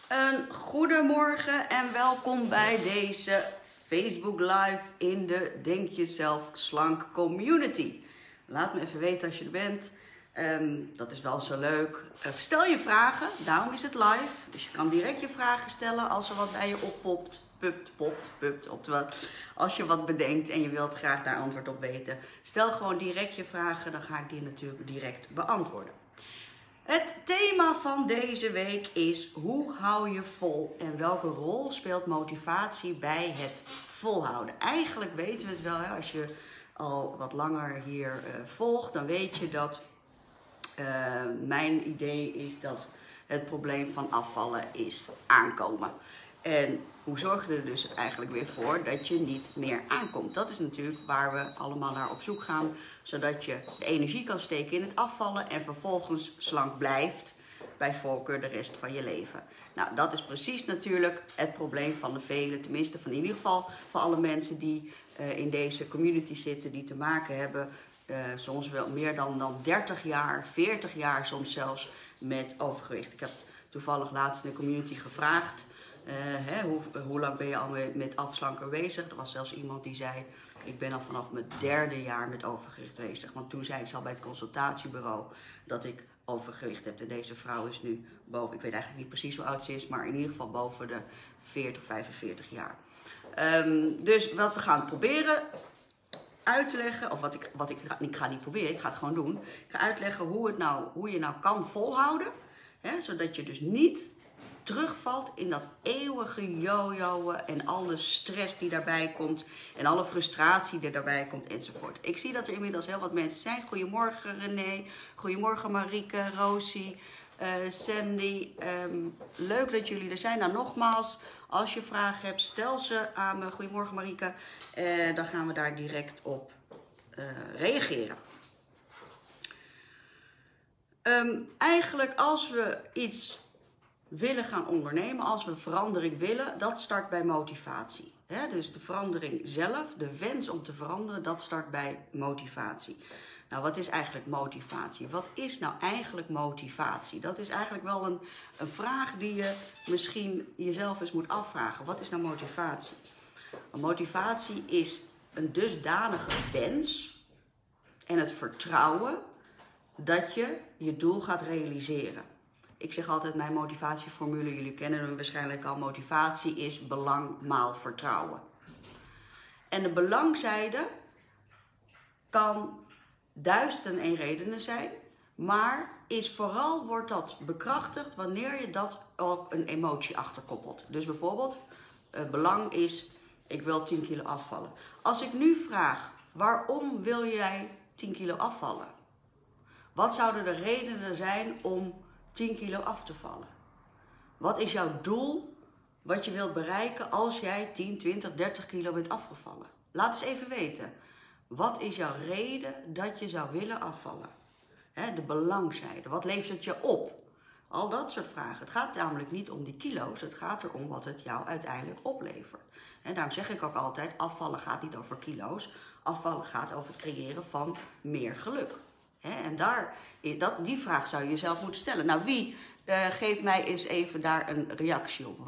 Een goedemorgen en welkom bij deze Facebook Live in de Denk Jezelf Slank Community. Laat me even weten als je er bent. Dat is wel zo leuk. Stel je vragen, daarom is het live. Dus je kan direct je vragen stellen als er wat bij je oppopt. Als je wat bedenkt en je wilt graag daar antwoord op weten. Stel gewoon direct je vragen, dan ga ik die natuurlijk direct beantwoorden. Het thema van deze week is: hoe hou je vol en welke rol speelt motivatie bij het volhouden? Eigenlijk weten we het wel, hè? Als je al wat langer hier volgt, dan weet je dat mijn idee is dat het probleem van afvallen is aankomen. En hoe zorg je er dus eigenlijk weer voor dat je niet meer aankomt? Dat is natuurlijk waar we allemaal naar op zoek gaan, zodat je de energie kan steken in het afvallen en vervolgens slank blijft, bij voorkeur de rest van je leven. Nou, dat is precies natuurlijk het probleem van de velen, tenminste van in ieder geval van alle mensen die in deze community zitten, die te maken hebben soms wel meer dan 30 jaar, 40 jaar soms zelfs met overgewicht. Ik heb toevallig laatst in de community gevraagd, hoe lang ben je al met afslanken bezig? Er was zelfs iemand die zei, ik ben al vanaf mijn 3e jaar met overgewicht bezig. Want toen zei ze al bij het consultatiebureau dat ik overgewicht heb. En deze vrouw is nu boven, ik weet eigenlijk niet precies hoe oud ze is, maar in ieder geval boven de 40, 45 jaar. Dus wat we gaan proberen uit te leggen, of ik ga niet proberen, ik ga het gewoon doen. Ik ga uitleggen hoe je nou kan volhouden, zodat je dus niet terugvalt in dat eeuwige jojoen en alle stress die daarbij komt en alle frustratie die daarbij komt enzovoort. Ik zie dat er inmiddels heel wat mensen zijn. Goedemorgen René, goedemorgen Marieke, Rosie, Sandy. Leuk dat jullie er zijn. Nou, nogmaals, als je vragen hebt, stel ze aan me. Goedemorgen Marieke. Dan gaan we daar direct op reageren. Eigenlijk als we iets willen gaan ondernemen, als we verandering willen, dat start bij motivatie. Dus de verandering zelf, de wens om te veranderen, dat start bij motivatie. Nou, wat is eigenlijk motivatie? Wat is nou eigenlijk motivatie? Dat is eigenlijk wel een vraag die je misschien jezelf eens moet afvragen. Wat is nou motivatie? Motivatie is een dusdanige wens en het vertrouwen dat je je doel gaat realiseren. Ik zeg altijd mijn motivatieformule, jullie kennen hem waarschijnlijk al. Motivatie is belang maal vertrouwen. En de belangzijde kan 1001 redenen zijn, maar wordt dat bekrachtigd wanneer je dat ook een emotie achterkoppelt. Dus bijvoorbeeld, belang is, ik wil 10 kilo afvallen. Als ik nu vraag, waarom wil jij 10 kilo afvallen? Wat zouden de redenen zijn om 10 kilo af te vallen? Wat is jouw doel wat je wilt bereiken als jij 10, 20, 30 kilo bent afgevallen? Laat eens even weten. Wat is jouw reden dat je zou willen afvallen? De belangzijde. Wat levert het je op? Al dat soort vragen. Het gaat namelijk niet om die kilo's. Het gaat erom wat het jou uiteindelijk oplevert. En daarom zeg ik ook altijd, afvallen gaat niet over kilo's. Afvallen gaat over het creëren van meer geluk. En die vraag zou je jezelf moeten stellen. Nou, wie geeft mij eens even daar een reactie op?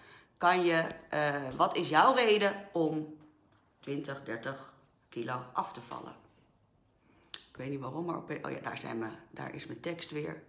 Wat is jouw reden om 20, 30 kilo af te vallen? Ik weet niet waarom, maar oh ja, daar is mijn tekst weer.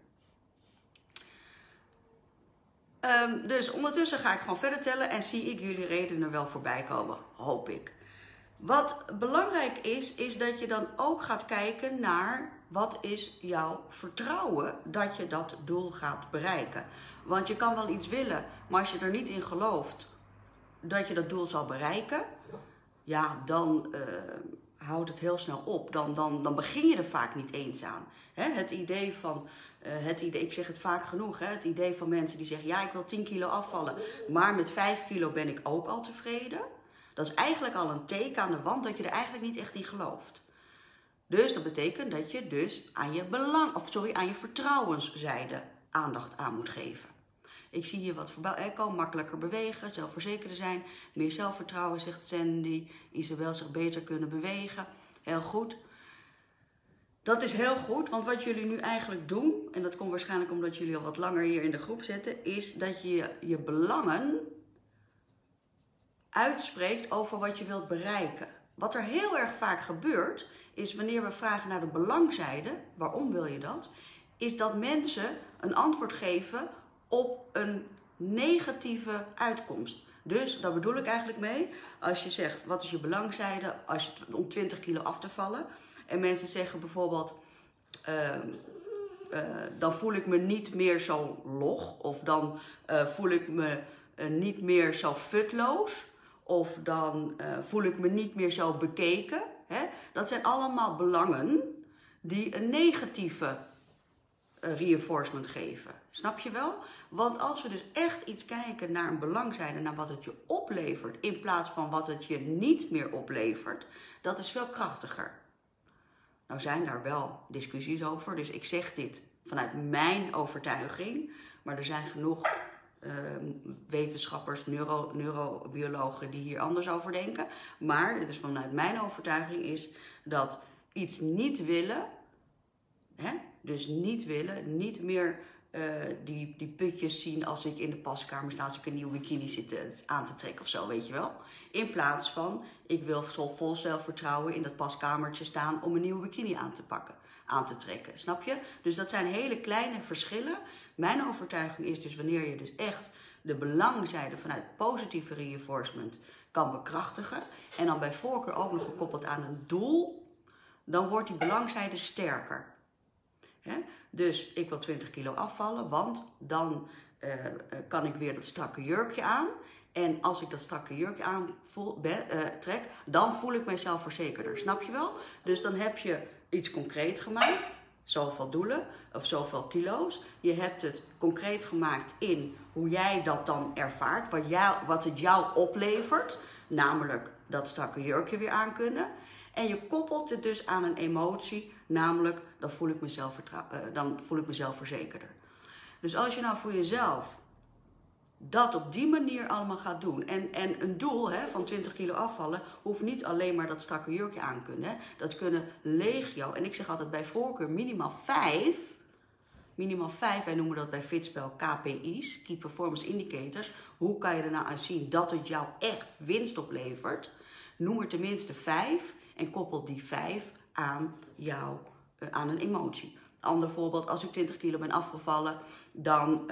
Dus ondertussen ga ik gewoon verder tellen en zie ik jullie redenen wel voorbij komen, hoop ik. Wat belangrijk is dat je dan ook gaat kijken naar wat is jouw vertrouwen dat je dat doel gaat bereiken. Want je kan wel iets willen, maar als je er niet in gelooft dat je dat doel zal bereiken, ja, dan houdt het heel snel op. Dan begin je er vaak niet eens aan. Het idee van, ik zeg het vaak genoeg, het idee van mensen die zeggen, ja, ik wil 10 kilo afvallen, maar met 5 kilo ben ik ook al tevreden. Dat is eigenlijk al een teken aan de wand dat je er eigenlijk niet echt in gelooft. Dus dat betekent dat je dus aan je vertrouwenszijde aandacht aan moet geven. Ik zie hier wat voorbij komen, makkelijker bewegen, zelfverzekerder zijn, meer zelfvertrouwen, zegt Sandy. Isabel zich beter kunnen bewegen. Heel goed. Dat is heel goed, want wat jullie nu eigenlijk doen, en dat komt waarschijnlijk omdat jullie al wat langer hier in de groep zitten, is dat je je belangen uitspreekt over wat je wilt bereiken. Wat er heel erg vaak gebeurt, is wanneer we vragen naar de belangzijde, waarom wil je dat, is dat mensen een antwoord geven op een negatieve uitkomst. Dus daar bedoel ik eigenlijk mee, als je zegt, wat is je belangzijde om 20 kilo af te vallen? En mensen zeggen bijvoorbeeld, dan voel ik me niet meer zo log, of dan voel ik me niet meer zo futloos, of dan voel ik me niet meer zo bekeken. Hè? Dat zijn allemaal belangen die een negatieve reinforcement geven. Snap je wel? Want als we dus echt iets kijken naar een belangzijde, naar wat het je oplevert, in plaats van wat het je niet meer oplevert, dat is veel krachtiger. Nou zijn daar wel discussies over, dus ik zeg dit vanuit mijn overtuiging, maar er zijn genoeg wetenschappers, neurobiologen die hier anders over denken. Maar het is vanuit mijn overtuiging is dat iets niet willen, hè? Dus niet willen, niet meer die putjes zien als ik in de paskamer sta, als ik een nieuwe bikini zit aan te trekken of zo, weet je wel. In plaats van, ik wil vol zelfvertrouwen in dat paskamertje staan om een nieuwe bikini aan te trekken. Snap je? Dus dat zijn hele kleine verschillen. Mijn overtuiging is dus wanneer je dus echt de belangzijde vanuit positieve reinforcement kan bekrachtigen en dan bij voorkeur ook nog gekoppeld aan een doel, dan wordt die belangzijde sterker. He? Dus ik wil 20 kilo afvallen, want dan kan ik weer dat strakke jurkje aan. En als ik dat strakke jurkje aan trek, dan voel ik mijzelf verzekerder. Snap je wel? Dus dan heb je iets concreet gemaakt, zoveel doelen of zoveel kilo's. Je hebt het concreet gemaakt in hoe jij dat dan ervaart, wat het jou oplevert. Namelijk dat strakke jurkje weer aan kunnen. En je koppelt het dus aan een emotie, namelijk dan voel ik mezelf verzekerder. Dus als je nou voor jezelf dat op die manier allemaal gaat doen. En een doel van 20 kilo afvallen hoeft niet alleen maar dat strakke jurkje aan kunnen. Hè. Dat kunnen legio. En ik zeg altijd bij voorkeur minimaal 5. Minimaal 5, wij noemen dat bij Fitspel KPI's, Key Performance Indicators. Hoe kan je er nou aan zien dat het jou echt winst oplevert? Noem er tenminste 5 en koppel die 5 aan aan een emotie. Ander voorbeeld, als ik 20 kilo ben afgevallen, dan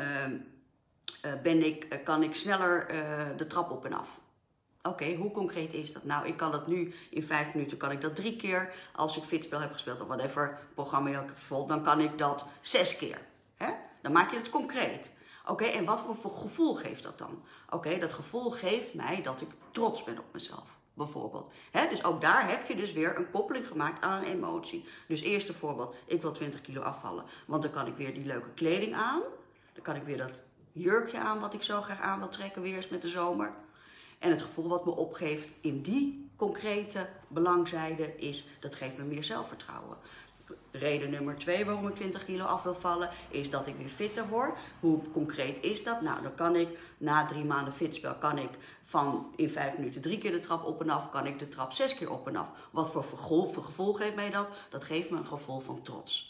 kan ik sneller de trap op en af. Oké, hoe concreet is dat? Nou, ik kan dat nu in 5 minuten, kan ik dat 3 keer. Als ik Fitspel heb gespeeld of whatever programma je ook volgt, dan kan ik dat 6 keer. Hè? Dan maak je het concreet. Oké, en wat voor gevoel geeft dat dan? Oké, dat gevoel geeft mij dat ik trots ben op mezelf. Bijvoorbeeld. Dus ook daar heb je dus weer een koppeling gemaakt aan een emotie. Dus eerste voorbeeld, ik wil 20 kilo afvallen. Want dan kan ik weer die leuke kleding aan. Dan kan ik weer dat jurkje aan wat ik zo graag aan wil trekken weer eens met de zomer. En het gevoel wat me opgeeft in die concrete belangzijde is, dat geeft me meer zelfvertrouwen. Reden nummer 2 waarom ik 20 kilo af wil vallen, is dat ik weer fitter word. Hoe concreet is dat? Nou, dan kan ik na 3 maanden Fitspel, kan ik in 5 minuten 3 keer de trap op en af, kan ik de trap 6 keer op en af. Wat voor gevoel geeft mij dat? Dat geeft me een gevoel van trots.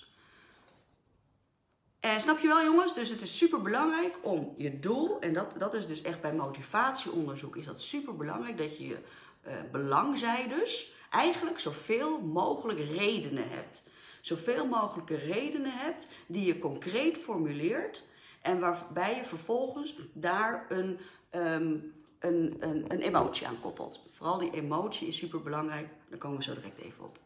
En snap je wel, jongens? Dus het is super belangrijk om je doel, en dat is dus echt bij motivatieonderzoek, is dat super belangrijk dat je belangzijders eigenlijk zoveel mogelijk redenen hebt. Zoveel mogelijke redenen hebt die je concreet formuleert en waarbij je vervolgens daar een emotie aan koppelt. Vooral die emotie is super belangrijk, daar komen we zo direct even op.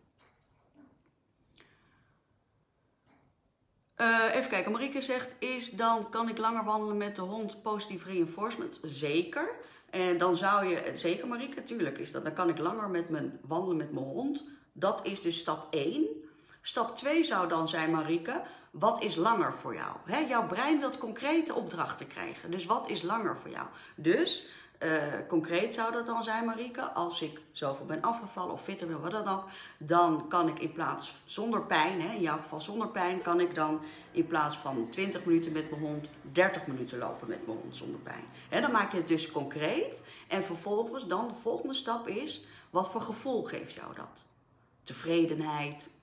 Even kijken, Marieke zegt, kan ik langer wandelen met de hond positief reinforcement? Zeker. En dan zou je, zeker Marieke, tuurlijk is dat, dan kan ik langer wandelen met mijn hond. Dat is dus stap 1. Stap 2 zou dan zijn, Marieke, wat is langer voor jou? Jouw brein wil concrete opdrachten krijgen, dus wat is langer voor jou? Dus concreet zou dat dan zijn, Marieke, als ik zoveel ben afgevallen of fitter ben, wat dan ook, dan kan ik in plaats zonder pijn, in jouw geval zonder pijn, kan ik dan in plaats van 20 minuten met mijn hond 30 minuten lopen met mijn hond zonder pijn. Dan maak je het dus concreet en vervolgens dan de volgende stap is, wat voor gevoel geeft jou dat? Tevredenheid,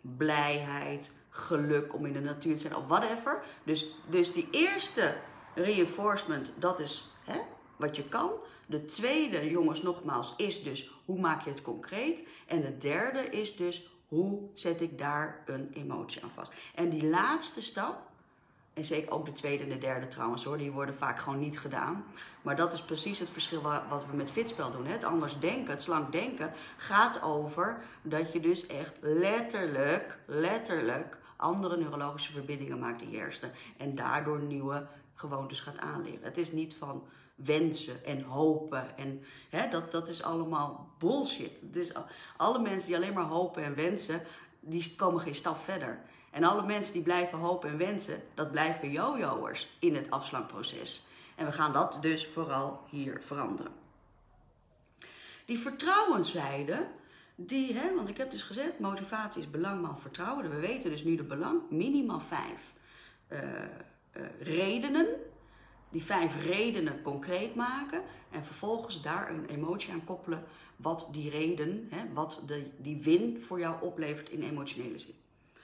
blijheid, geluk om in de natuur te zijn of whatever. Dus die eerste reinforcement, dat is wat je kan. De tweede, jongens, nogmaals, is dus hoe maak je het concreet. En de derde is dus hoe zet ik daar een emotie aan vast. En die laatste stap, en zeker ook de tweede en de derde trouwens hoor, die worden vaak gewoon niet gedaan. Maar dat is precies het verschil wat we met fitspel doen. Het anders denken, het slank denken, gaat over dat je dus echt letterlijk andere neurologische verbindingen maakt in je hersenen. En daardoor nieuwe gewoontes gaat aanleren. Het is niet van wensen en hopen. En dat is allemaal bullshit. Alle mensen die alleen maar hopen en wensen, die komen geen stap verder. En alle mensen die blijven hopen en wensen, dat blijven jojo'ers in het afslankproces. En we gaan dat dus vooral hier veranderen. Die vertrouwenszijde, want ik heb dus gezegd, motivatie is belang maal vertrouwen. We weten dus nu de belang, minimaal 5 redenen. Die 5 redenen concreet maken en vervolgens daar een emotie aan koppelen wat die reden, wat die win voor jou oplevert in emotionele zin.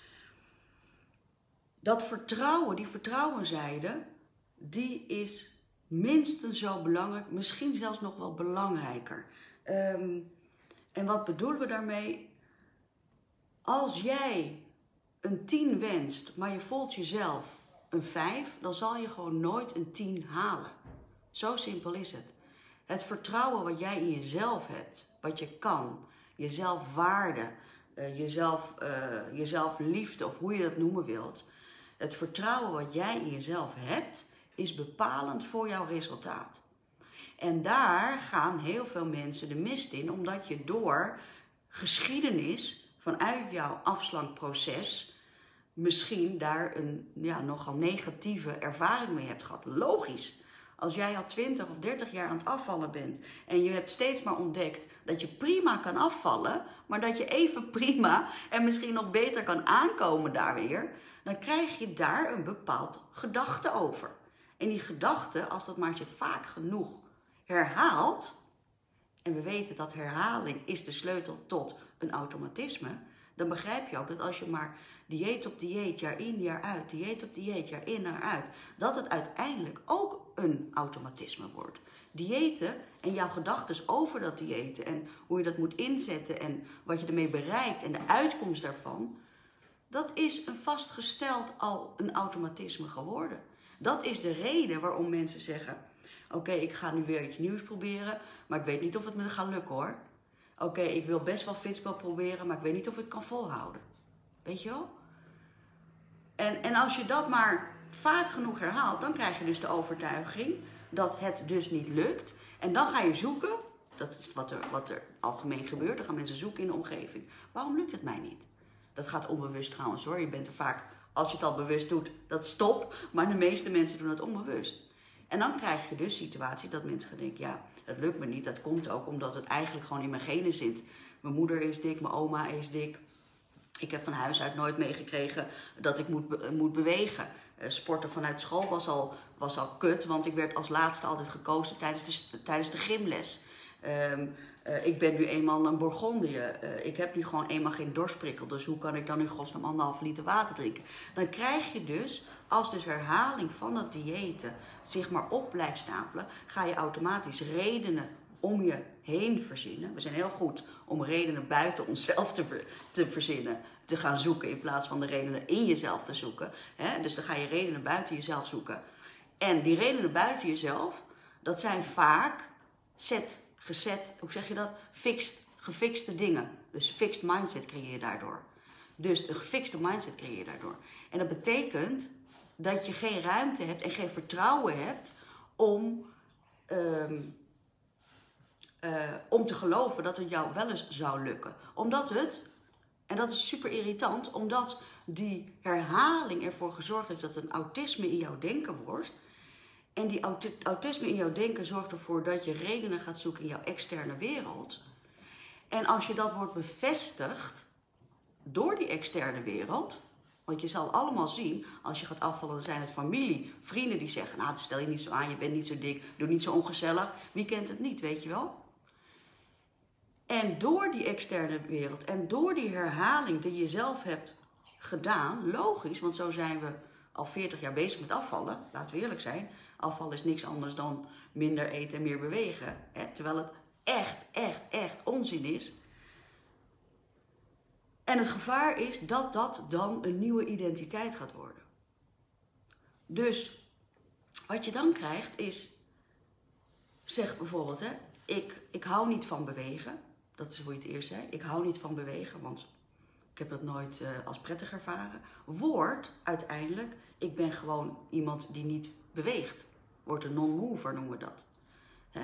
Dat vertrouwen, die vertrouwenzijde, die is minstens zo belangrijk, misschien zelfs nog wel belangrijker. En wat bedoelen we daarmee? Als jij een 10 wenst, maar je voelt jezelf een 5, dan zal je gewoon nooit een 10 halen. Zo simpel is het. Het vertrouwen wat jij in jezelf hebt, wat je kan, je zelfwaarde, jezelf liefde of hoe je dat noemen wilt. Het vertrouwen wat jij in jezelf hebt, is bepalend voor jouw resultaat. En daar gaan heel veel mensen de mist in, omdat je door geschiedenis vanuit jouw afslankproces misschien daar een nogal negatieve ervaring mee hebt gehad. Logisch. Als jij al 20 of 30 jaar aan het afvallen bent en je hebt steeds maar ontdekt dat je prima kan afvallen, maar dat je even prima en misschien nog beter kan aankomen daar weer, dan krijg je daar een bepaald gedachte over. En die gedachte, als dat maar je vaak genoeg herhaalt, en we weten dat herhaling is de sleutel tot een automatisme, dan begrijp je ook dat als je maar dieet op dieet, jaar in, jaar uit, dieet op dieet, jaar in, jaar uit, dat het uiteindelijk ook een automatisme wordt. Diëten en jouw gedachten over dat diëten en hoe je dat moet inzetten en wat je ermee bereikt en de uitkomst daarvan, dat is een vastgesteld al een automatisme geworden. Dat is de reden waarom mensen zeggen, oké, ik ga nu weer iets nieuws proberen, maar ik weet niet of het me gaat lukken hoor. Oké, ik wil best wel fitspel proberen, maar ik weet niet of ik het kan volhouden. Weet je wel? En als je dat maar vaak genoeg herhaalt, dan krijg je dus de overtuiging dat het dus niet lukt. En dan ga je zoeken, dat is wat er algemeen gebeurt, dan gaan mensen zoeken in de omgeving. Waarom lukt het mij niet? Dat gaat onbewust trouwens hoor. Je bent er vaak, als je het al bewust doet, dat stop. Maar de meeste mensen doen het onbewust. En dan krijg je dus situaties dat mensen gaan denken, ja, dat lukt me niet. Dat komt ook omdat het eigenlijk gewoon in mijn genen zit. Mijn moeder is dik, mijn oma is dik. Ik heb van huis uit nooit meegekregen dat ik moet bewegen. Sporten vanuit school was al kut, want ik werd als laatste altijd gekozen tijdens de gymles. Ik ben nu eenmaal een Bourgondië. Ik heb nu gewoon eenmaal geen dorstprikkel. Dus hoe kan ik dan in godsnaam 1,5 liter water drinken? Dan krijg je dus, als dus herhaling van dat diëten zich maar op blijft stapelen, ga je automatisch redenen om je heen verzinnen. We zijn heel goed om redenen buiten onszelf te verzinnen, te gaan zoeken in plaats van de redenen in jezelf te zoeken. Dus dan ga je redenen buiten jezelf zoeken. En die redenen buiten jezelf, dat zijn vaak gefixte dingen. Dus fixed mindset creëer je daardoor. Dus een gefixte mindset creëer je daardoor. En dat betekent dat je geen ruimte hebt en geen vertrouwen hebt om te geloven dat het jou wel eens zou lukken. Omdat het, en dat is super irritant, omdat die herhaling ervoor gezorgd heeft dat een autisme in jouw denken wordt. En die autisme in jouw denken zorgt ervoor dat je redenen gaat zoeken in jouw externe wereld. En als je dat wordt bevestigd door die externe wereld, want je zal allemaal zien, als je gaat afvallen, dan zijn het familie, vrienden die zeggen, nou, stel je niet zo aan, je bent niet zo dik, doe niet zo ongezellig. Wie kent het niet, weet je wel? En door die externe wereld en door die herhaling die je zelf hebt gedaan, logisch, want zo zijn we al 40 jaar bezig met afvallen, laten we eerlijk zijn. Afval is niks anders dan minder eten en meer bewegen. Hè? Terwijl het echt onzin is. En het gevaar is dat dat dan een nieuwe identiteit gaat worden. Dus wat je dan krijgt is, zeg bijvoorbeeld, hè, ik hou niet van bewegen. Dat is hoe je het eerst zei. Ik hou niet van bewegen, want ik heb dat nooit als prettig ervaren. Wordt uiteindelijk, ik ben gewoon iemand die niet beweegt. Wordt een non-mover, noemen we dat. Hè?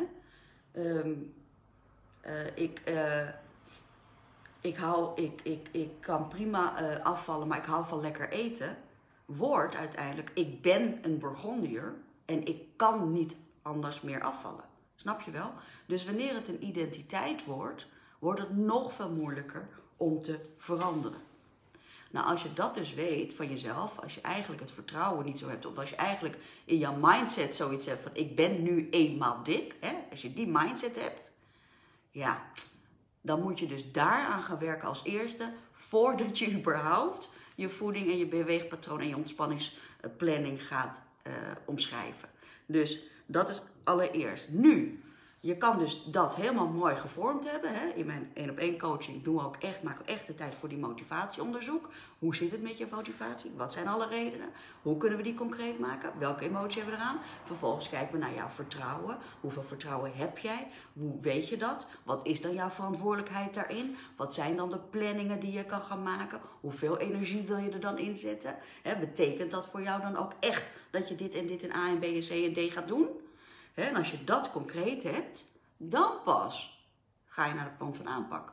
Ik kan prima afvallen, maar ik hou van lekker eten. Wordt uiteindelijk, ik ben een Bourgondier en ik kan niet anders meer afvallen. Snap je wel? Dus wanneer het een identiteit wordt, wordt het nog veel moeilijker om te veranderen. Nou, als je dat dus weet van jezelf, als je eigenlijk het vertrouwen niet zo hebt, of als je eigenlijk in jouw mindset zoiets hebt van ik ben nu eenmaal dik, hè? Als je die mindset hebt, ja, dan moet je dus daaraan gaan werken als eerste, voordat je überhaupt je voeding en je beweegpatroon en je ontspanningsplanning gaat omschrijven. Dus dat is allereerst. Nu, je kan dus dat helemaal mooi gevormd hebben. Hè? In mijn 1-op-1 coaching maken we echt de tijd voor die motivatieonderzoek. Hoe zit het met je motivatie? Wat zijn alle redenen? Hoe kunnen we die concreet maken? Welke emotie hebben we eraan? Vervolgens kijken we naar jouw vertrouwen. Hoeveel vertrouwen heb jij? Hoe weet je dat? Wat is dan jouw verantwoordelijkheid daarin? Wat zijn dan de planningen die je kan gaan maken? Hoeveel energie wil je er dan inzetten? Betekent dat voor jou dan ook echt dat je dit en A en B en C en D gaat doen? En als je dat concreet hebt, dan pas ga je naar het plan van aanpak.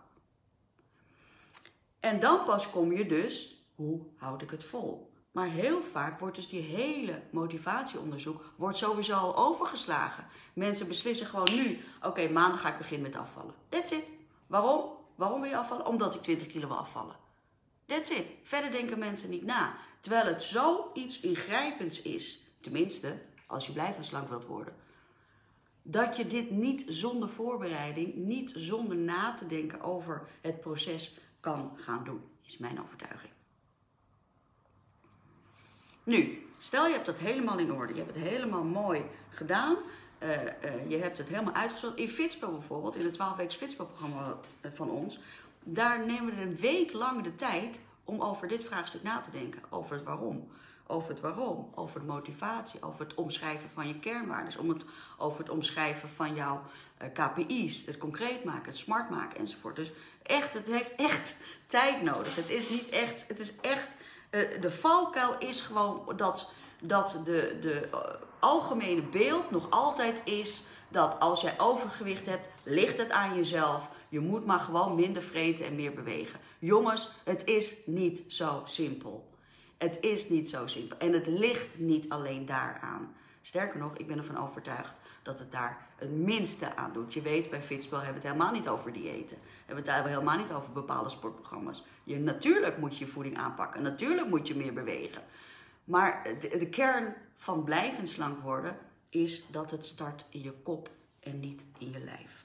En dan pas kom je dus, hoe houd ik het vol? Maar heel vaak wordt dus die hele motivatieonderzoek wordt sowieso al overgeslagen. Mensen beslissen gewoon nu, oké, maandag ga ik beginnen met afvallen. That's it. Waarom? Waarom wil je afvallen? Omdat ik 20 kilo wil afvallen. That's it. Verder denken mensen niet na. Terwijl het zoiets ingrijpends is, tenminste, als je blijvend slank wilt worden, dat je dit niet zonder voorbereiding, niet zonder na te denken over het proces kan gaan doen, is mijn overtuiging. Nu, stel je hebt dat helemaal in orde, je hebt het helemaal mooi gedaan, je hebt het helemaal uitgezocht. In Fitspel bijvoorbeeld, in het 12-weeks Fitspel-programma van ons, daar nemen we een week lang de tijd om over dit vraagstuk na te denken, over het waarom. Over de motivatie, over het omschrijven van je kernwaarden, over het omschrijven van jouw KPI's, het concreet maken, het smart maken enzovoort. Dus echt, het heeft echt tijd nodig. Het is niet echt, het is echt, de valkuil is gewoon dat de algemene beeld nog altijd is dat als jij overgewicht hebt, ligt het aan jezelf. Je moet maar gewoon minder vreten en meer bewegen. Jongens, het is niet zo simpel. Het is niet zo simpel. En het ligt niet alleen daaraan. Sterker nog, ik ben ervan overtuigd dat het daar het minste aan doet. Je weet, bij Fitspel hebben we het helemaal niet over diëten. We hebben het helemaal niet over bepaalde sportprogramma's. Natuurlijk moet je je voeding aanpakken. Natuurlijk moet je meer bewegen. Maar de kern van blijvend slank worden is dat het start in je kop en niet in je lijf.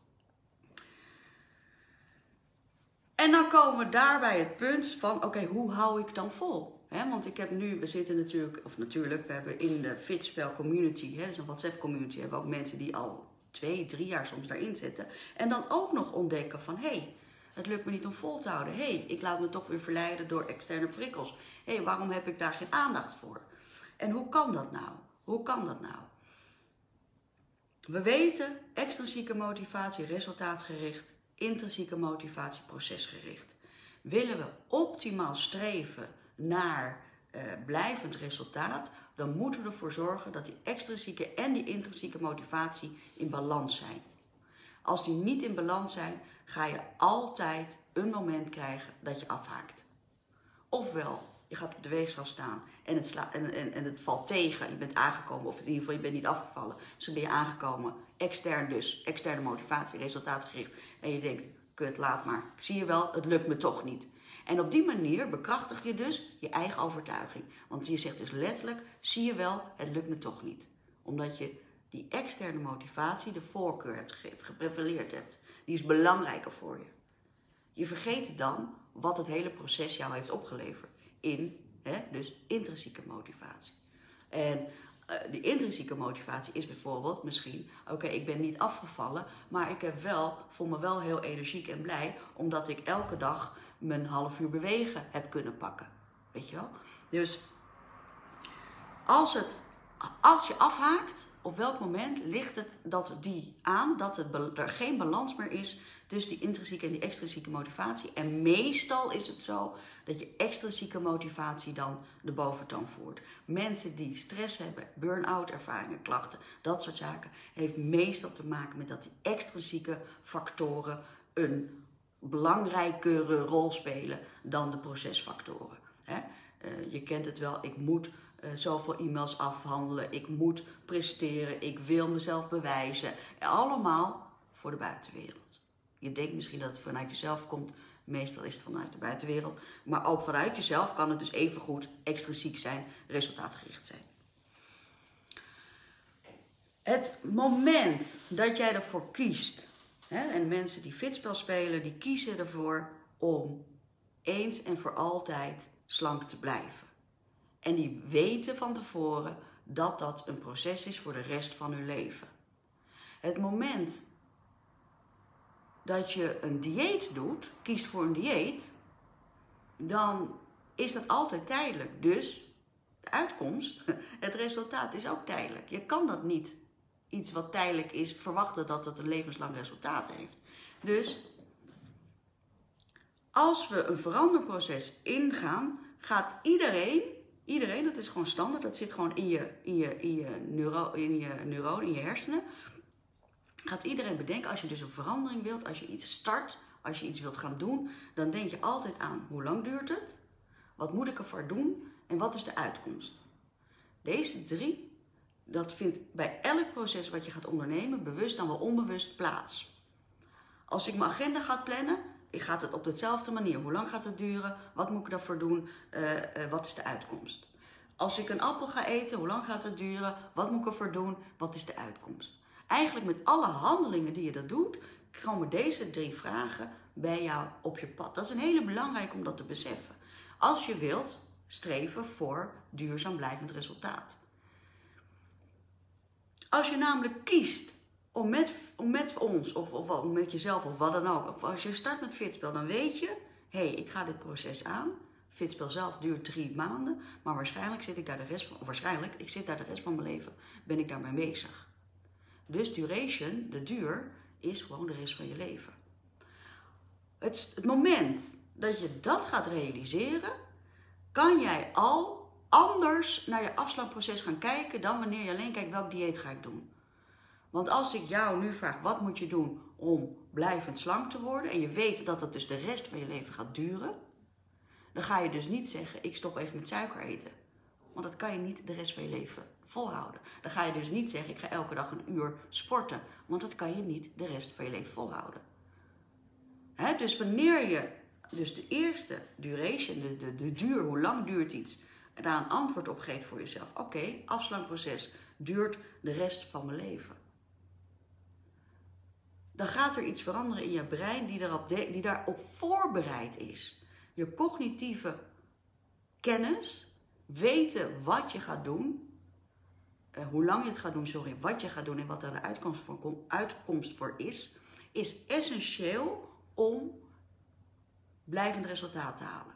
En dan komen we daar bij het punt van, oké, hoe hou ik dan vol? Want ik heb nu, we hebben in de Fitspel community, dat is een WhatsApp community, hebben we ook mensen die al 2, 3 jaar soms daarin zitten. En dan ook nog ontdekken van, het lukt me niet om vol te houden. Ik laat me toch weer verleiden door externe prikkels. Waarom heb ik daar geen aandacht voor? En hoe kan dat nou? We weten, extrinsieke motivatie, resultaatgericht, intrinsieke motivatie, procesgericht. Willen we optimaal streven naar blijvend resultaat, dan moeten we ervoor zorgen dat die extrinsieke en die intrinsieke motivatie in balans zijn. Als die niet in balans zijn, ga je altijd een moment krijgen dat je afhaakt. Ofwel, je gaat op de weegschaal staan en het valt tegen, je bent aangekomen, of in ieder geval je bent niet afgevallen, dus dan ben je aangekomen, extern dus, externe motivatie, resultaatgericht, en je denkt, kut, laat maar, zie je wel, het lukt me toch niet. En op die manier bekrachtig je dus je eigen overtuiging. Want je zegt dus letterlijk, zie je wel, het lukt me toch niet. Omdat je die externe motivatie de voorkeur hebt gegeven, geprevaleerd hebt. Die is belangrijker voor je. Je vergeet dan wat het hele proces jou heeft opgeleverd. Dus intrinsieke motivatie. En die intrinsieke motivatie is bijvoorbeeld misschien, oké, ik ben niet afgevallen, maar ik voel me wel heel energiek en blij, omdat ik elke dag mijn half uur bewegen heb kunnen pakken. Weet je wel? Dus als je afhaakt, op welk moment ligt het dat er geen balans meer is tussen die intrinsieke en die extrinsieke motivatie. En meestal is het zo dat je extrinsieke motivatie dan de boventoon voert. Mensen die stress hebben, burn-out ervaringen, klachten, dat soort zaken, heeft meestal te maken met dat die extrinsieke factoren een belangrijkere rol spelen dan de procesfactoren. Je kent het wel, ik moet zoveel e-mails afhandelen, ik moet presteren, ik wil mezelf bewijzen. Allemaal voor de buitenwereld. Je denkt misschien dat het vanuit jezelf komt, meestal is het vanuit de buitenwereld. Maar ook vanuit jezelf kan het dus evengoed extrinsiek zijn, resultaatgericht zijn. Het moment dat jij ervoor kiest, en mensen die fitspel spelen, die kiezen ervoor om eens en voor altijd slank te blijven. En die weten van tevoren dat dat een proces is voor de rest van hun leven. Het moment dat je een dieet doet, kiest voor een dieet, dan is dat altijd tijdelijk. Dus de uitkomst, het resultaat is ook tijdelijk. Je kan dat niet, iets wat tijdelijk is, verwachten dat het een levenslang resultaat heeft. Dus als we een veranderproces ingaan, gaat iedereen, dat is gewoon standaard, dat zit gewoon in je neuronen, in je hersenen. Gaat iedereen bedenken, als je dus een verandering wilt, als je iets start, als je iets wilt gaan doen, dan denk je altijd aan hoe lang duurt het, wat moet ik ervoor doen en wat is de uitkomst. Deze 3, dat vindt bij elk proces wat je gaat ondernemen, bewust dan wel onbewust plaats. Als ik mijn agenda ga plannen, gaat het op dezelfde manier. Hoe lang gaat het duren? Wat moet ik daarvoor doen? Wat is de uitkomst? Als ik een appel ga eten, hoe lang gaat het duren? Wat moet ik ervoor doen? Wat is de uitkomst? Eigenlijk met alle handelingen die je dat doet, komen deze 3 vragen bij jou op je pad. Dat is een hele belangrijke om dat te beseffen. Als je wilt streven voor duurzaam blijvend resultaat. Als je namelijk kiest om met ons of met jezelf of wat dan ook, of als je start met fitspel, dan weet je, ik ga dit proces aan. Fitspel zelf duurt 3 maanden, maar waarschijnlijk zit ik daar de rest van mijn leven, ben ik daarmee bezig. Dus duration, de duur, is gewoon de rest van je leven. Het moment dat je dat gaat realiseren, kan jij al anders naar je afslankproces gaan kijken dan wanneer je alleen kijkt welk dieet ga ik doen. Want als ik jou nu vraag, wat moet je doen om blijvend slank te worden, en je weet dat het dus de rest van je leven gaat duren, dan ga je dus niet zeggen, ik stop even met suiker eten. Want dat kan je niet de rest van je leven volhouden. Dan ga je dus niet zeggen, ik ga elke dag 1 uur sporten. Want dat kan je niet de rest van je leven volhouden. Dus wanneer je dus de eerste duration, de duur, hoe lang duurt iets, daar een antwoord op geeft voor jezelf. Oké, afslankproces duurt de rest van mijn leven. Dan gaat er iets veranderen in je brein die daarop voorbereid is. Je cognitieve kennis, weten wat je gaat doen, hoe lang je het gaat doen, wat je gaat doen en wat daar de uitkomst voor is essentieel om blijvend resultaat te halen.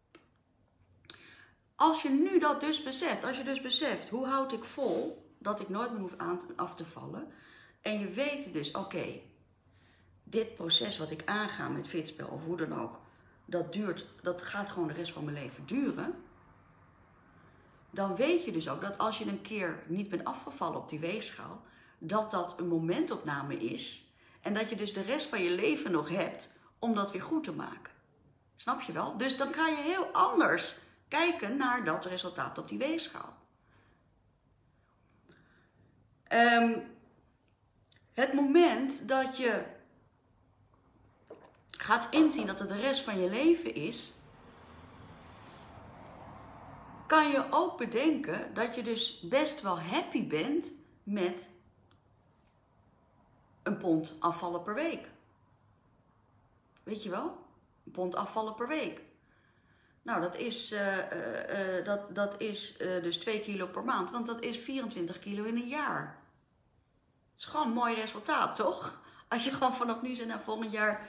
Als je nu dat dus beseft, hoe houd ik vol dat ik nooit meer hoef af te vallen, en je weet dus, oké, dit proces wat ik aanga met fitspel of hoe dan ook, dat gaat gewoon de rest van mijn leven duren. Dan weet je dus ook dat als je een keer niet bent afgevallen op die weegschaal, dat dat een momentopname is. En dat je dus de rest van je leven nog hebt om dat weer goed te maken. Snap je wel? Dus dan ga je heel anders kijken naar dat resultaat op die weegschaal. Het moment dat je gaat inzien dat het de rest van je leven is, kan je ook bedenken dat je dus best wel happy bent met 1 pond afvallen per week. Weet je wel? Een pond afvallen per week. Nou, dat is dus 2 kilo per maand, want dat is 24 kilo in een jaar. Dat is gewoon een mooi resultaat, toch? Als je gewoon vanaf nu zegt, nou, volgend jaar,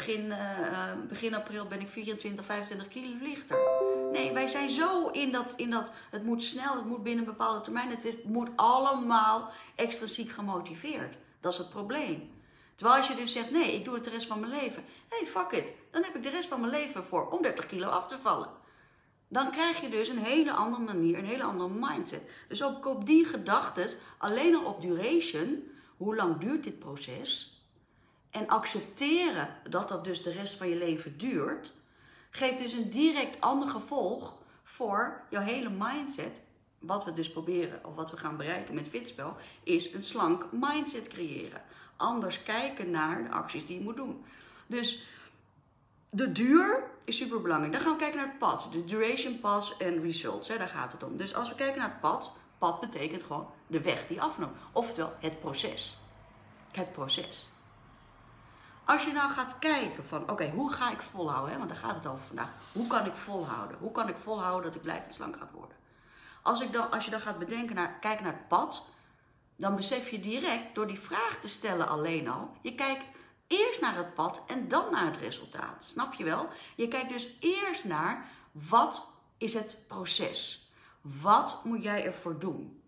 begin april ben ik 24, 25 kilo lichter. Nee, wij zijn zo in dat het moet snel, het moet binnen een bepaalde termijn, het moet allemaal extrinsiek gemotiveerd. Dat is het probleem. Terwijl als je dus zegt, nee, ik doe het de rest van mijn leven. Hey, fuck it. Dan heb ik de rest van mijn leven voor om 30 kilo af te vallen. Dan krijg je dus een hele andere manier, een hele andere mindset. Dus ook op die gedachtes, alleen al op duration, hoe lang duurt dit proces? En accepteren dat dat dus de rest van je leven duurt, geeft dus een direct ander gevolg voor jouw hele mindset. Wat we dus proberen, of wat we gaan bereiken met Fitspel, is een slank mindset creëren. Anders kijken naar de acties die je moet doen. Dus de duur is super belangrijk. Dan gaan we kijken naar het pad. De duration, path en results. Daar gaat het om. Dus als we kijken naar het pad. Pad betekent gewoon de weg die afneemt. Oftewel het proces. Het proces. Als je nou gaat kijken van, oké, hoe ga ik volhouden? Want daar gaat het over vandaag. Hoe kan ik volhouden? Hoe kan ik volhouden dat ik blijvend slank ga worden? Als je dan gaat kijken naar het pad, dan besef je direct, door die vraag te stellen alleen al, je kijkt eerst naar het pad en dan naar het resultaat. Snap je wel? Je kijkt dus eerst naar, wat is het proces? Wat moet jij ervoor doen?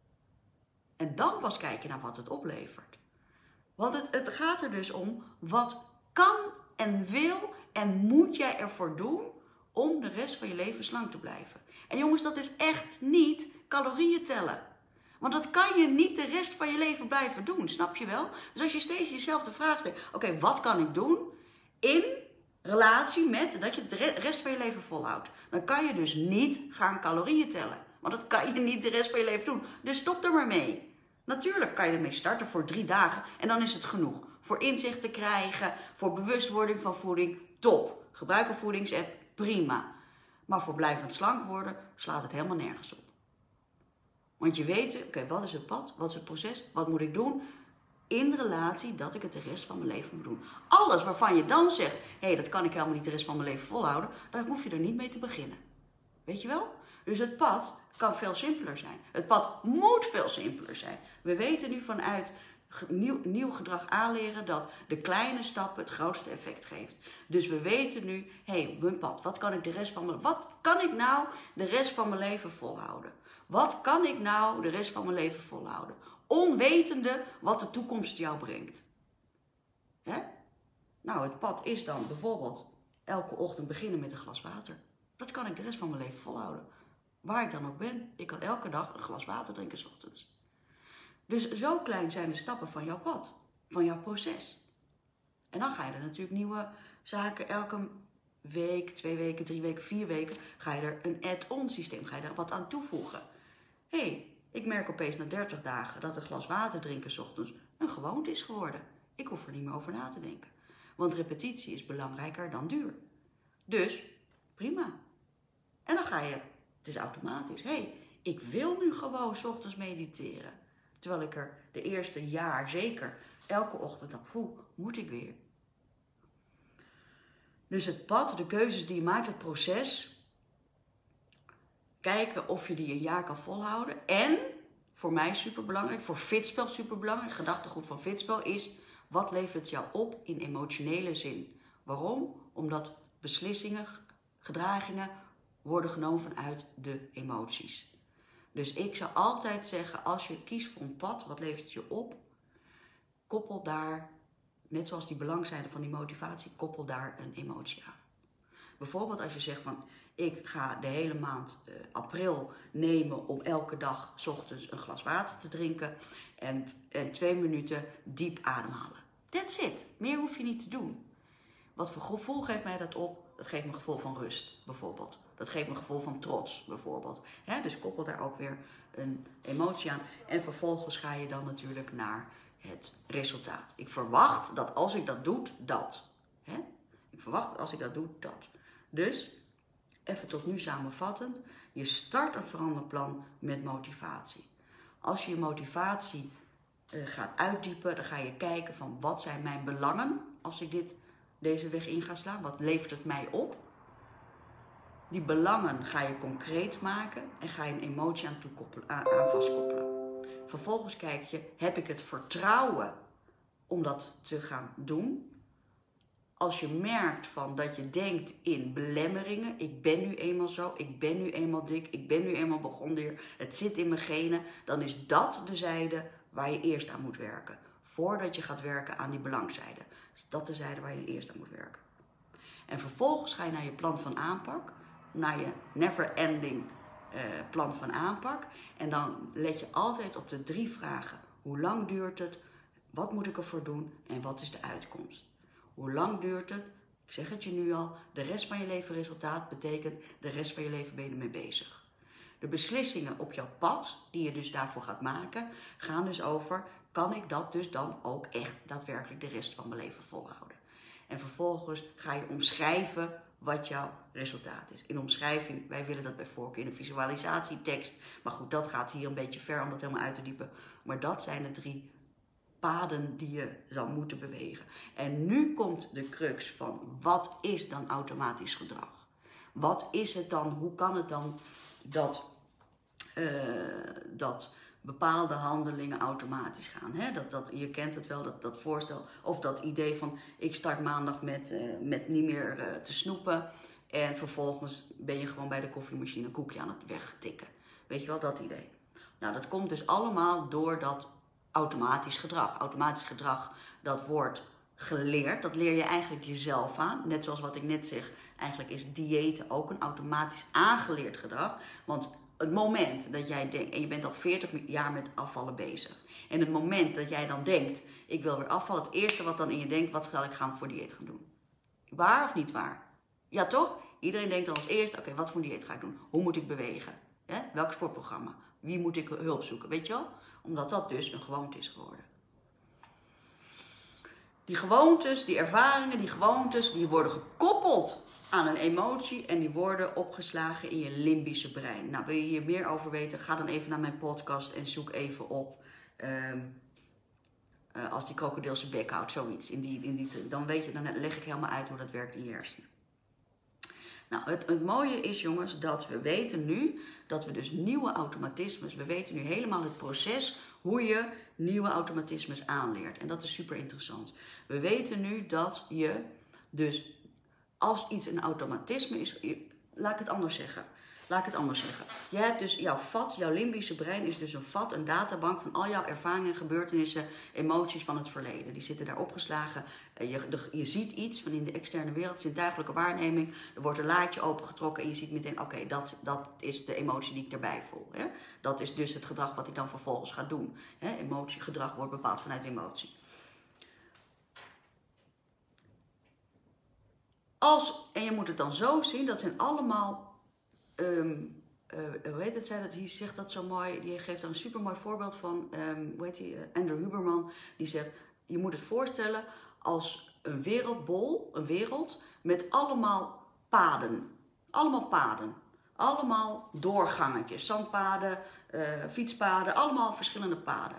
En dan pas kijken naar wat het oplevert. Want het gaat er dus om, wat kan en wil en moet jij ervoor doen om de rest van je leven slank te blijven? En jongens, dat is echt niet calorieën tellen. Want dat kan je niet de rest van je leven blijven doen, snap je wel? Dus als je steeds jezelf de vraag stelt, oké, wat kan ik doen in relatie met dat je het de rest van je leven volhoudt? Dan kan je dus niet gaan calorieën tellen. Want dat kan je niet de rest van je leven doen. Dus stop er maar mee. Natuurlijk kan je ermee starten voor 3 dagen en dan is het genoeg. Voor inzicht te krijgen, voor bewustwording van voeding, top. Gebruik een voedingsapp, prima. Maar voor blijvend slank worden slaat het helemaal nergens op. Want je weet, oké, wat is het pad? Wat is het proces? Wat moet ik doen? In relatie dat ik het de rest van mijn leven moet doen. Alles waarvan je dan zegt, hé, dat kan ik helemaal niet de rest van mijn leven volhouden, dan hoef je er niet mee te beginnen. Weet je wel? Dus het pad kan veel simpeler zijn. Het pad moet veel simpeler zijn. We weten nu vanuit nieuw gedrag aanleren dat de kleine stappen het grootste effect geeft. Dus we weten nu, hé, mijn pad, wat kan ik nou de rest van mijn leven volhouden? Wat kan ik nou de rest van mijn leven volhouden? Onwetende wat de toekomst jou brengt. Hè? Nou, het pad is dan bijvoorbeeld elke ochtend beginnen met een glas water. Dat kan ik de rest van mijn leven volhouden. Waar ik dan ook ben, ik kan elke dag een glas water drinken 's ochtends. Dus zo klein zijn de stappen van jouw pad, van jouw proces. En dan ga je er natuurlijk nieuwe zaken elke week, 2 weken, 3 weken, 4 weken, ga je er een add-on systeem, ga je er wat aan toevoegen. Hé, ik merk opeens na 30 dagen dat een glas water drinken 's ochtends een gewoonte is geworden. Ik hoef er niet meer over na te denken. Want repetitie is belangrijker dan duur. Dus, prima. En dan ga je, het is automatisch. Hé, ik wil nu gewoon 's ochtends mediteren. Terwijl ik er de eerste jaar zeker elke ochtend dacht, hoe moet ik weer? Dus het pad, de keuzes die je maakt, het proces. Kijken of je die een jaar kan volhouden. En, voor mij superbelangrijk, voor Fitspel superbelangrijk, het gedachtegoed van Fitspel is, wat levert het jou op in emotionele zin? Waarom? Omdat beslissingen, gedragingen worden genomen vanuit de emoties. Dus ik zou altijd zeggen, als je kiest voor een pad, wat levert het je op? Koppel daar, net zoals die belangzijde van die motivatie, koppel daar een emotie aan. Bijvoorbeeld als je zegt van, ik ga de hele maand april nemen om elke dag 's ochtends een glas water te drinken en 2 minuten diep ademhalen. That's it. Meer hoef je niet te doen. Wat voor gevoel geeft mij dat op? Dat geeft me een gevoel van rust, bijvoorbeeld. Dat geeft me een gevoel van trots, bijvoorbeeld. Dus koppel daar ook weer een emotie aan. En vervolgens ga je dan natuurlijk naar het resultaat. Ik verwacht dat als ik dat doe, dat. Ik verwacht als ik dat doe, dat. Dus, even tot nu samenvattend. Je start een veranderplan met motivatie. Als je je motivatie gaat uitdiepen, dan ga je kijken van wat zijn mijn belangen als ik dit deze weg in ga slaan? Wat levert het mij op? Die belangen ga je concreet maken en ga je een emotie aan vastkoppelen. Vervolgens kijk je, heb ik het vertrouwen om dat te gaan doen? Als je merkt dat je denkt in belemmeringen, ik ben nu eenmaal zo, ik ben nu eenmaal dik, ik ben nu eenmaal begonnen, het zit in mijn genen, dan is dat de zijde waar je eerst aan moet werken. Voordat je gaat werken aan die belangzijde. Is dat de zijde waar je eerst aan moet werken. En vervolgens ga je naar je plan van aanpak, naar je never-ending plan van aanpak. En dan let je altijd op de 3 vragen. Hoe lang duurt het? Wat moet ik ervoor doen? En wat is de uitkomst? Hoe lang duurt het? Ik zeg het je nu al. De rest van je leven resultaat betekent de rest van je leven ben je ermee bezig. De beslissingen op jouw pad, die je dus daarvoor gaat maken, gaan dus over, kan ik dat dus dan ook echt daadwerkelijk de rest van mijn leven volhouden? En vervolgens ga je omschrijven wat jouw resultaat is. In omschrijving, wij willen dat bij voorkeur in een visualisatietekst. Maar goed, dat gaat hier een beetje ver om dat helemaal uit te diepen. Maar dat zijn de 3 paden die je zal moeten bewegen. En nu komt de crux van, wat is dan automatisch gedrag? Wat is het dan, hoe kan het dan dat bepaalde handelingen automatisch gaan? Hè? Je kent het wel, dat voorstel of dat idee van, ik start maandag met niet meer te snoepen. En vervolgens ben je gewoon bij de koffiemachine een koekje aan het wegtikken. Weet je wel, dat idee. Nou, dat komt dus allemaal door dat automatisch gedrag. Automatisch gedrag, dat wordt geleerd. Dat leer je eigenlijk jezelf aan. Net zoals wat ik net zeg, eigenlijk is diëten ook een automatisch aangeleerd gedrag. Want het moment dat jij denkt, en je bent al 40 jaar met afvallen bezig. En het moment dat jij dan denkt, ik wil weer afvallen. Het eerste wat dan in je denkt, wat zal ik voor dieet gaan doen? Waar of niet waar? Ja toch? Iedereen denkt dan als eerste, oké, wat voor dieet ga ik doen? Hoe moet ik bewegen? Welk sportprogramma? Wie moet ik hulp zoeken? Weet je wel? Omdat dat dus een gewoonte is geworden. Die gewoontes, die ervaringen, die gewoontes, die worden gekoppeld aan een emotie en die worden opgeslagen in je limbische brein. Nou, wil je hier meer over weten, ga dan even naar mijn podcast en zoek even op als die krokodil zijn bek houdt, zoiets. Dan weet je, dan leg ik helemaal uit hoe dat werkt in je hersenen. Nou, het mooie is, jongens, dat we weten nu dat we dus nieuwe automatismes, we weten nu helemaal het proces hoe je nieuwe automatismes aanleert. En dat is super interessant. We weten nu dat je dus, als iets een automatisme is, laat ik het anders zeggen. Je hebt dus jouw vat, jouw limbische brein is dus een vat, een databank van al jouw ervaringen, gebeurtenissen, emoties van het verleden. Die zitten daar opgeslagen. Je ziet iets van in de externe wereld, zintuigelijke waarneming. Er wordt een laadje opengetrokken en je ziet meteen, oké, dat is de emotie die ik daarbij voel. Hè? Dat is dus het gedrag wat ik dan vervolgens ga doen. Hè? Gedrag wordt bepaald vanuit emotie. En je moet het dan zo zien, dat zijn allemaal... hoe heet het? Die zegt dat zo mooi. Die geeft daar een supermooi voorbeeld van. Andrew Huberman. Die zegt, je moet het voorstellen als een wereldbol. Een wereld met allemaal paden. Allemaal doorgangetjes. Zandpaden, fietspaden. Allemaal verschillende paden.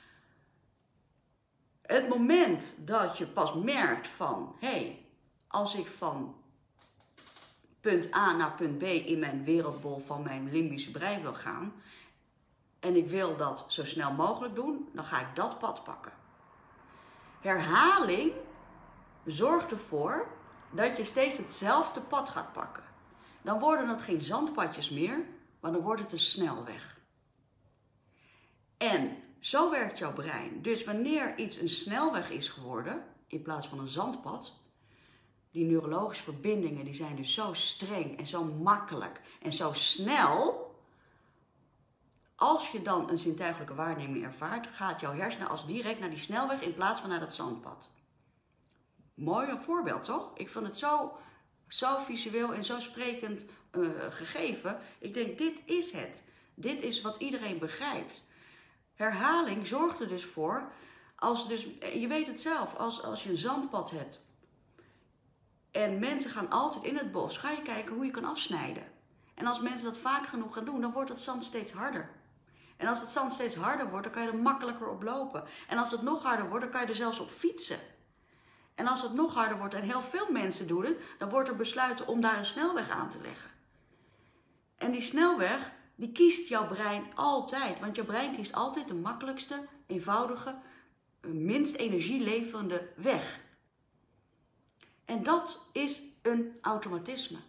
Het moment dat je pas merkt van... als ik van... punt A naar punt B in mijn wereldbol van mijn limbische brein wil gaan en ik wil dat zo snel mogelijk doen, dan ga ik dat pad pakken. Herhaling zorgt ervoor dat je steeds hetzelfde pad gaat pakken. Dan worden het geen zandpadjes meer, maar dan wordt het een snelweg. En zo werkt jouw brein. Dus wanneer iets een snelweg is geworden, in plaats van een zandpad, die neurologische verbindingen die zijn dus zo streng en zo makkelijk en zo snel. Als je dan een zintuigelijke waarneming ervaart, gaat jouw hersenen als direct naar die snelweg in plaats van naar dat zandpad. Mooi een voorbeeld, toch? Ik vond het zo visueel en zo sprekend gegeven. Ik denk, dit is het. Dit is wat iedereen begrijpt. Herhaling zorgt er dus voor, je weet het zelf, als je een zandpad hebt. En mensen gaan altijd in het bos. Ga je kijken hoe je kan afsnijden. En als mensen dat vaak genoeg gaan doen, dan wordt het zand steeds harder. En als het zand steeds harder wordt, dan kan je er makkelijker op lopen. En als het nog harder wordt, dan kan je er zelfs op fietsen. En als het nog harder wordt en heel veel mensen doen het, dan wordt er besluiten om daar een snelweg aan te leggen. En die snelweg, die kiest jouw brein altijd. Want jouw brein kiest altijd de makkelijkste, eenvoudige, minst energieleverende weg. En dat is een automatisme.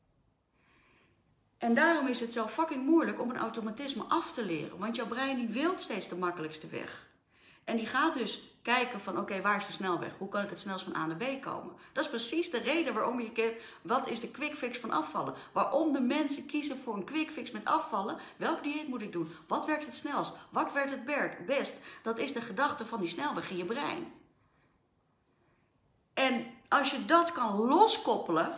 En daarom is het zo fucking moeilijk om een automatisme af te leren. Want jouw brein die wil steeds de makkelijkste weg. En die gaat dus kijken van oké, waar is de snelweg? Hoe kan ik het snelst van A naar B komen? Dat is precies de reden waarom je kijkt, wat is de quick fix van afvallen? Waarom de mensen kiezen voor een quick fix met afvallen? Welk dieet moet ik doen? Wat werkt het snelst? Wat werkt het best? Dat is de gedachte van die snelweg in je brein. En als je dat kan loskoppelen,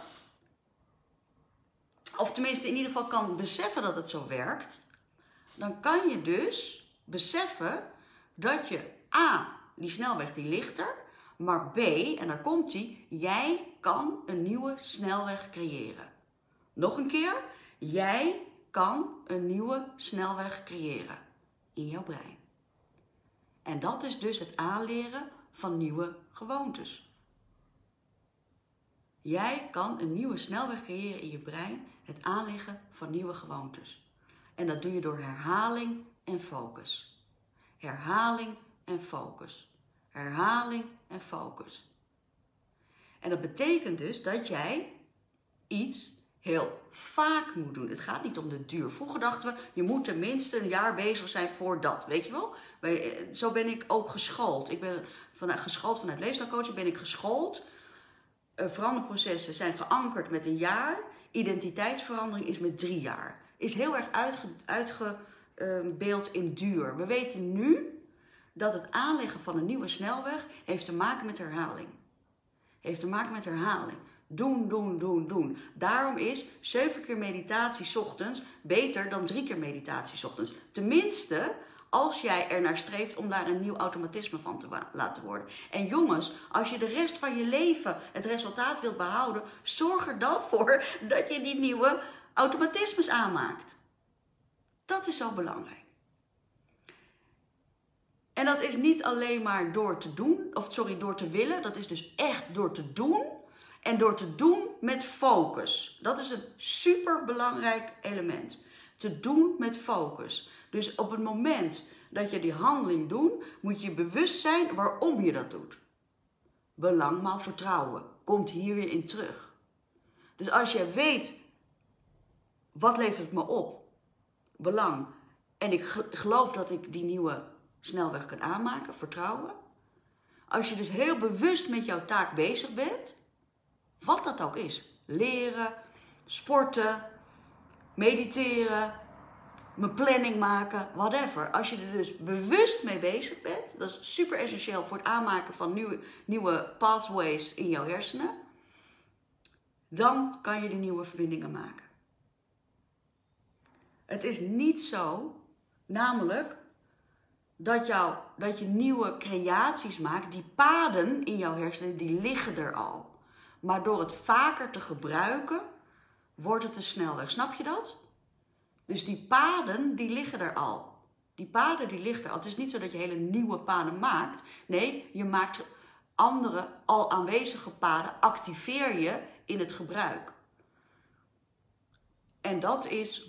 of tenminste in ieder geval kan beseffen dat het zo werkt, dan kan je dus beseffen dat je A, die snelweg die ligt er, maar B, en daar komt die, jij kan een nieuwe snelweg creëren. Nog een keer, jij kan een nieuwe snelweg creëren in jouw brein. En dat is dus het aanleren van nieuwe gewoontes. Jij kan een nieuwe snelweg creëren in je brein, het aanleggen van nieuwe gewoontes. En dat doe je door herhaling en focus. Herhaling en focus. Herhaling en focus. En dat betekent dus dat jij iets heel vaak moet doen. Het gaat niet om de duur. Vroeger dachten we, je moet tenminste een jaar bezig zijn voor dat. Weet je wel? Zo ben ik ook geschoold. Ik ben geschoold vanuit leefstijlcoaching. Ben ik geschoold. Veranderprocessen zijn geankerd met een jaar. Identiteitsverandering is met 3 jaar. Is heel erg uitgebeeld in duur. We weten nu dat het aanleggen van een nieuwe snelweg heeft te maken met herhaling. Heeft te maken met herhaling. Doen, doen, doen, doen. Daarom is 7 keer meditatie 's ochtends beter dan 3 keer meditatie 's ochtends. Tenminste, als jij er naar streeft om daar een nieuw automatisme van te laten worden. En jongens, als je de rest van je leven het resultaat wilt behouden, zorg er dan voor dat je die nieuwe automatismes aanmaakt. Dat is zo belangrijk. En dat is niet alleen maar door te doen, door te willen. Dat is dus echt door te doen. En door te doen met focus. Dat is een superbelangrijk element. Te doen met focus. Dus op het moment dat je die handeling doet, moet je bewust zijn waarom je dat doet. Belang maal vertrouwen. Komt hier weer in terug. Dus als je weet, wat levert het me op? Belang. En ik geloof dat ik die nieuwe snelweg kan aanmaken. Vertrouwen. Als je dus heel bewust met jouw taak bezig bent, wat dat ook is. Leren, sporten, mediteren, mijn planning maken, whatever. Als je er dus bewust mee bezig bent, dat is super essentieel voor het aanmaken van nieuwe pathways in jouw hersenen, dan kan je die nieuwe verbindingen maken. Het is niet zo, namelijk, dat je nieuwe creaties maakt, die paden in jouw hersenen, die liggen er al. Maar door het vaker te gebruiken, wordt het een snelweg. Snap je dat? Dus die paden, die liggen er al. Die paden, die liggen er al. Het is niet zo dat je hele nieuwe paden maakt. Nee, je maakt andere, al aanwezige paden, activeer je in het gebruik. En dat is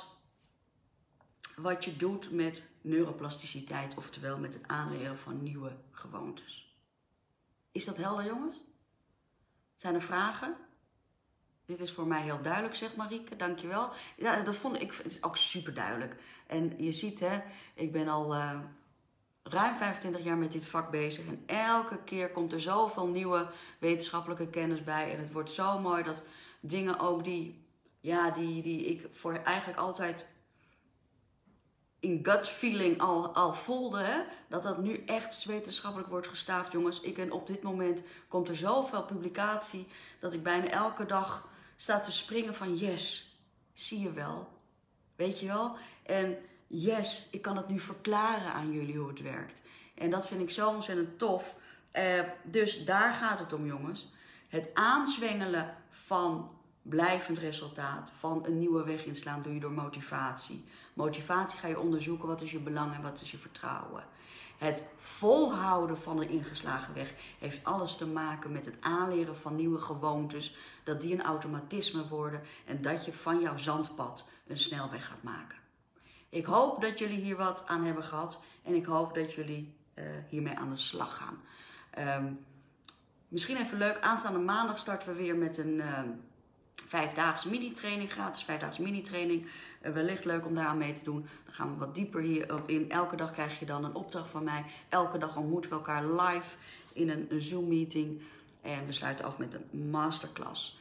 wat je doet met neuroplasticiteit, oftewel met het aanleren van nieuwe gewoontes. Is dat helder, jongens? Zijn er vragen? Dit is voor mij heel duidelijk, zegt Marieke. Dankjewel. Ja, dat vond ik ook super duidelijk. En je ziet, hè, ik ben al ruim 25 jaar met dit vak bezig. En elke keer komt er zoveel nieuwe wetenschappelijke kennis bij. En het wordt zo mooi dat dingen ook die ik voor eigenlijk altijd in gut feeling al voelde, hè, dat nu echt wetenschappelijk wordt gestaafd, jongens. Op dit moment komt er zoveel publicatie dat ik bijna elke dag sta te springen van yes, zie je wel, weet je wel. En yes, ik kan het nu verklaren aan jullie hoe het werkt. En dat vind ik zo ontzettend tof. Dus daar gaat het om, jongens. Het aanzwengelen van blijvend resultaat, van een nieuwe weg inslaan, doe je door motivatie. Motivatie ga je onderzoeken, wat is je belang en wat is je vertrouwen. Het volhouden van de ingeslagen weg heeft alles te maken met het aanleren van nieuwe gewoontes. Dat die een automatisme worden en dat je van jouw zandpad een snelweg gaat maken. Ik hoop dat jullie hier wat aan hebben gehad en ik hoop dat jullie hiermee aan de slag gaan. Misschien even leuk, aanstaande maandag starten we weer met een 5-daagse mini-training, gratis 5-daagse mini-training. Wellicht leuk om daar aan mee te doen. Dan gaan we wat dieper hierop in. Elke dag krijg je dan een opdracht van mij. Elke dag ontmoeten we elkaar live in een Zoom-meeting. En we sluiten af met een masterclass.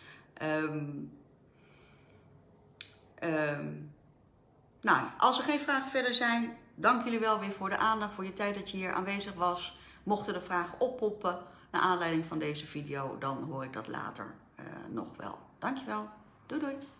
Nou, als er geen vragen verder zijn, dank jullie wel weer voor de aandacht, voor je tijd dat je hier aanwezig was. Mochten er vragen oppoppen naar aanleiding van deze video, dan hoor ik dat later nog wel. Dankjewel. Doei doei.